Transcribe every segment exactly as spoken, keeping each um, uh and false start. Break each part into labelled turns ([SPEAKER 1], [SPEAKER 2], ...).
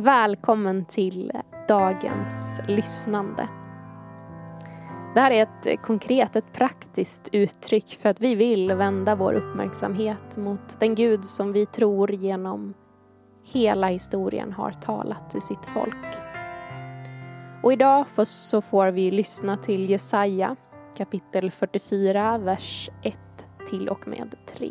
[SPEAKER 1] Välkommen till dagens lyssnande. Det här är ett konkret, ett praktiskt uttryck för att vi vill vända vår uppmärksamhet mot den Gud som vi tror genom hela historien har talat till sitt folk. Och idag så får vi lyssna till Jesaja kapitel fyrtiofyra, vers ett till och med tre.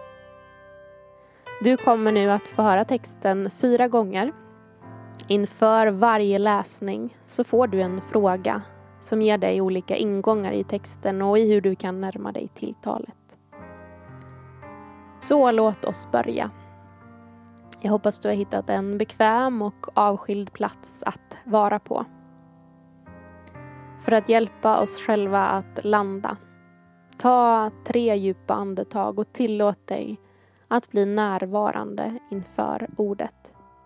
[SPEAKER 1] Du kommer nu att få höra texten fyra gånger. Inför varje läsning så får du en fråga som ger dig olika ingångar i texten och i hur du kan närma dig till talet. Så låt oss börja. Jag hoppas du har hittat en bekväm och avskild plats att vara på. För att hjälpa oss själva att landa, ta tre djupa andetag och tillåt dig att bli närvarande inför ordet.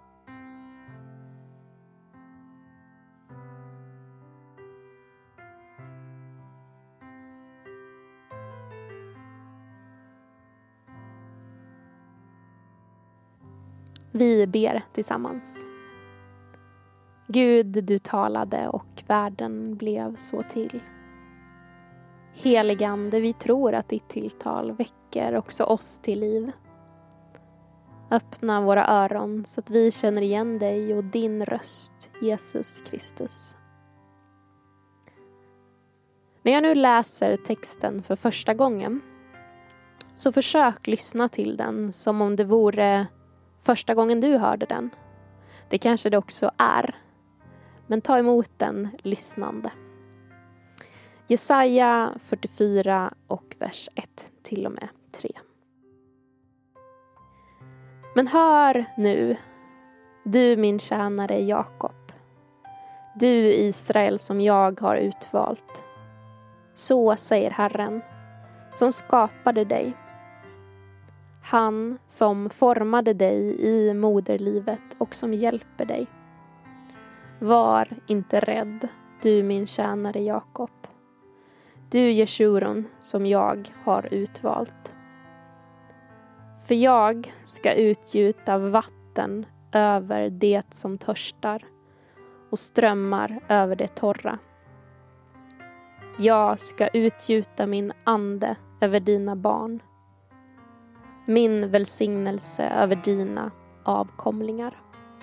[SPEAKER 1] Vi ber tillsammans. Gud, du talade och världen blev så till. Heligande, vi tror att ditt tilltal väcker också oss till liv. Öppna våra öron så att vi känner igen dig och din röst, Jesus Kristus. När jag nu läser texten för första gången så försök lyssna till den som om det vore första gången du hörde den. Det kanske det också är. Men ta emot den lyssnande. Jesaja fyrtiofyra och vers ett till och med tre. Men hör nu, du min tjänare Jakob, du Israel som jag har utvalt. Så säger Herren, som skapade dig. Han som formade dig i moderlivet och som hjälper dig. Var inte rädd, du min tjänare Jakob. Du Jeshuron som jag har utvalt. För jag ska utgjuta vatten över det som törstar och strömmar över det torra. Jag ska utgjuta min ande över dina barn. Min välsignelse över dina avkomlingar.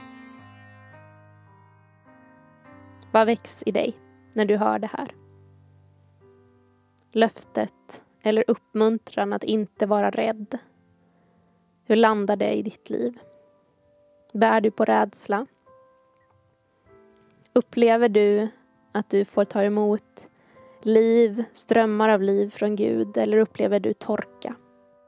[SPEAKER 1] Vad väcks i dig när du hör det här? Löftet eller uppmuntran att inte vara rädd. Hur landar det i ditt liv? Bär du på rädsla? Upplever du att du får ta emot liv, strömmar av liv från Gud, eller upplever du torka?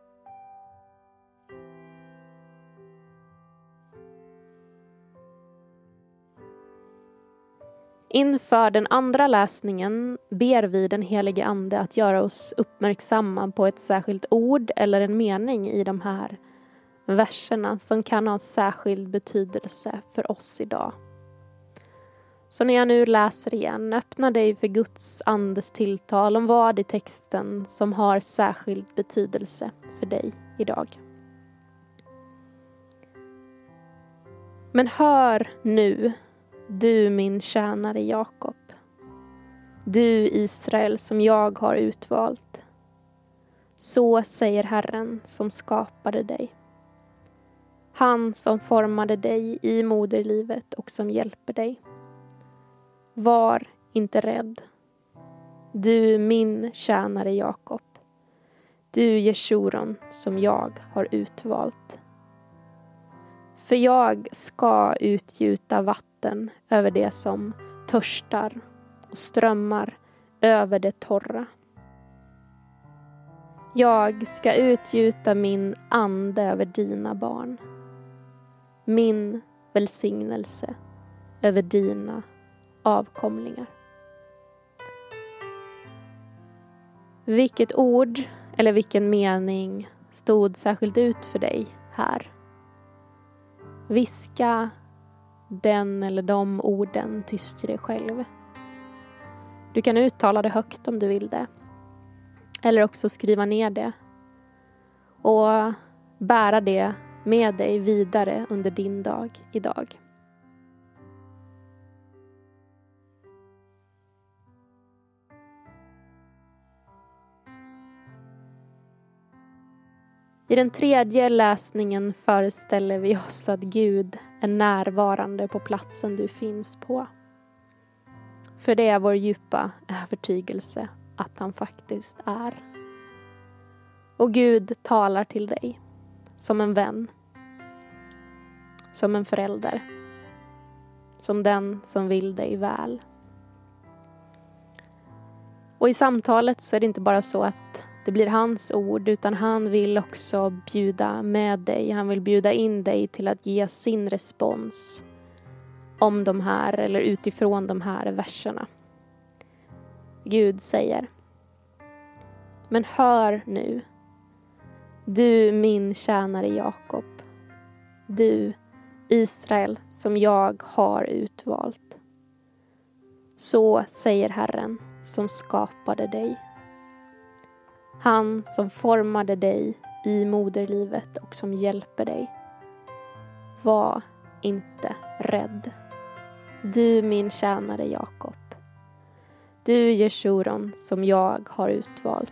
[SPEAKER 1] Inför den andra läsningen ber vi den helige ande att göra oss uppmärksamma på ett särskilt ord eller en mening i de här verserna som kan ha särskild betydelse för oss idag. Så när jag nu läser igen, öppna dig för Guds andes tilltal om vad i texten som har särskild betydelse för dig idag. Men hör nu, du min tjänare Jakob, du Israel som jag har utvalt. Så säger Herren som skapade dig. Han som formade dig i moderlivet och som hjälper dig. Var inte rädd, du min tjänare Jakob, du Jeshuron som jag har utvalt. För jag ska utgjuta vatten över det som törstar och strömmar över det torra. Jag ska utgjuta min ande över dina barn. Min välsignelse över dina avkomlingar. Vilket ord eller vilken mening stod särskilt ut för dig här? Viska den eller de orden tyst i dig själv. Du kan uttala det högt om du vill det. Eller också skriva ner det. Och bära det med dig vidare under din dag idag. I den tredje läsningen föreställer vi oss att Gud är närvarande på platsen du finns på. För det är vår djupa övertygelse att han faktiskt är. Och Gud talar till dig som en vän, som en förälder, som den som vill dig väl. Och i samtalet så är det inte bara så att det blir hans ord, utan han vill också bjuda med dig. Han vill bjuda in dig till att ge sin respons om de här eller utifrån de här verserna. Gud säger: men hör nu, du min tjänare Jakob, du Israel som jag har utvalt. Så säger Herren som skapade dig. Han som formade dig i moderlivet och som hjälper dig. Var inte rädd. Du min tjänare Jakob. Du Jeshuron som jag har utvalt.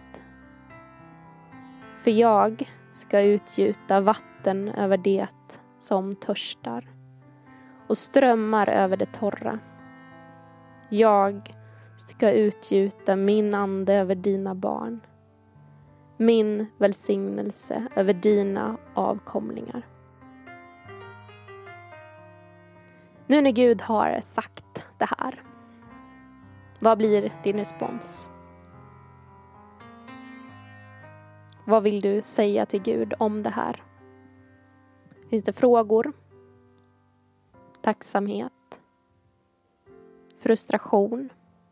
[SPEAKER 1] För jag ska utgjuta vatten över det som törstar och strömmar över det torra. Jag ska utgjuta min ande över dina barn. Min välsignelse över dina avkomlingar. Nu när Gud har sagt det här, vad blir din respons? Vad vill du säga till Gud om det här? Finns det frågor? Tacksamhet? Frustration?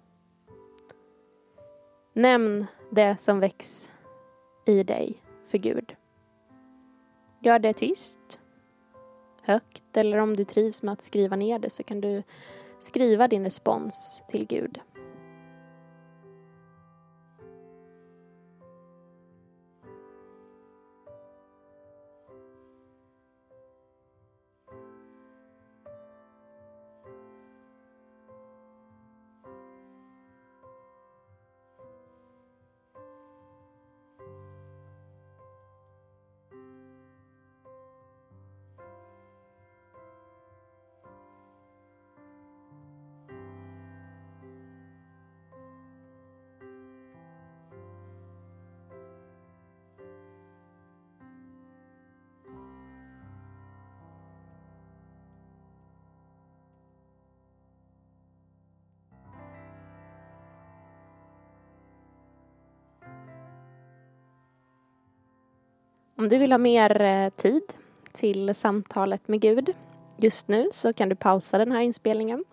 [SPEAKER 1] Nämn det som väcks i dig för Gud. Gör det tyst, högt, eller om du trivs med att skriva ner det så kan du skriva din respons till Gud. Om du vill ha mer tid till samtalet med Gud just nu så kan du pausa den här inspelningen.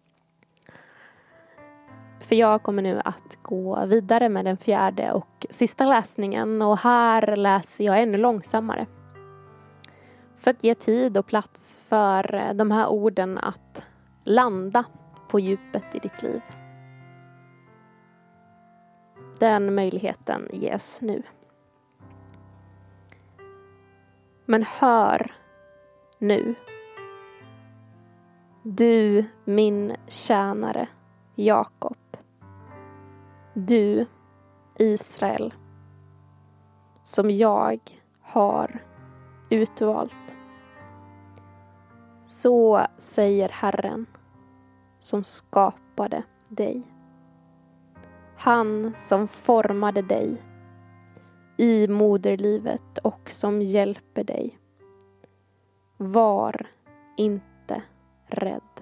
[SPEAKER 1] För jag kommer nu att gå vidare med den fjärde och sista läsningen, och här läser jag ännu långsammare. För att ge tid och plats för de här orden att landa på djupet i ditt liv. Den möjligheten ges nu. Men hör nu, du min tjänare Jakob, du Israel som jag har utvalt. Så säger Herren som skapade dig. Han som formade dig i moderlivet och som hjälper dig. Var inte rädd.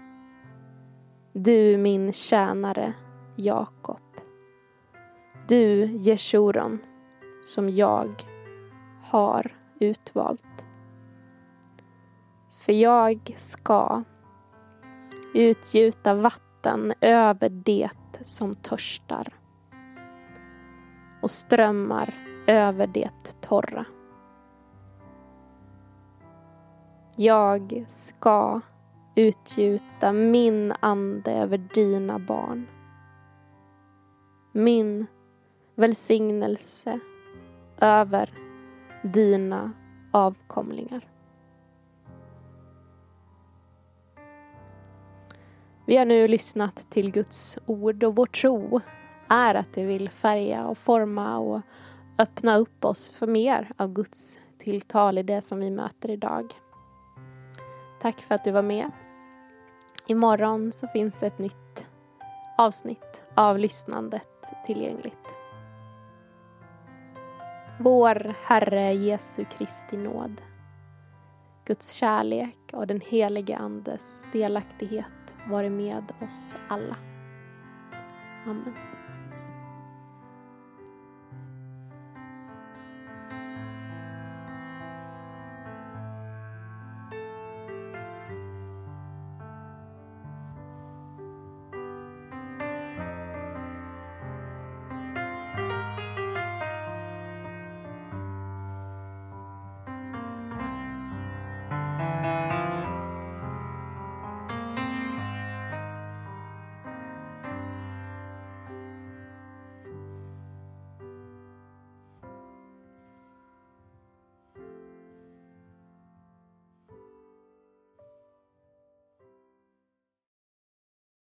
[SPEAKER 1] Du min tjänare Jakob. Du Jeshuron som jag har utvalt. För jag ska utgjuta vatten över det som törstar och strömmar över det torra. Jag ska utgjuta min ande över dina barn. Min välsignelse över dina avkomlingar. Vi har nu lyssnat till Guds ord, och vår tro är att det vill färga och forma och öppna upp oss för mer av Guds tilltal i det som vi möter idag. Tack för att du var med. Imorgon så finns ett nytt avsnitt av lyssnandet tillgängligt. Vår Herre Jesu Kristi nåd, Guds kärlek och den helige Andes delaktighet vare med oss alla. Amen.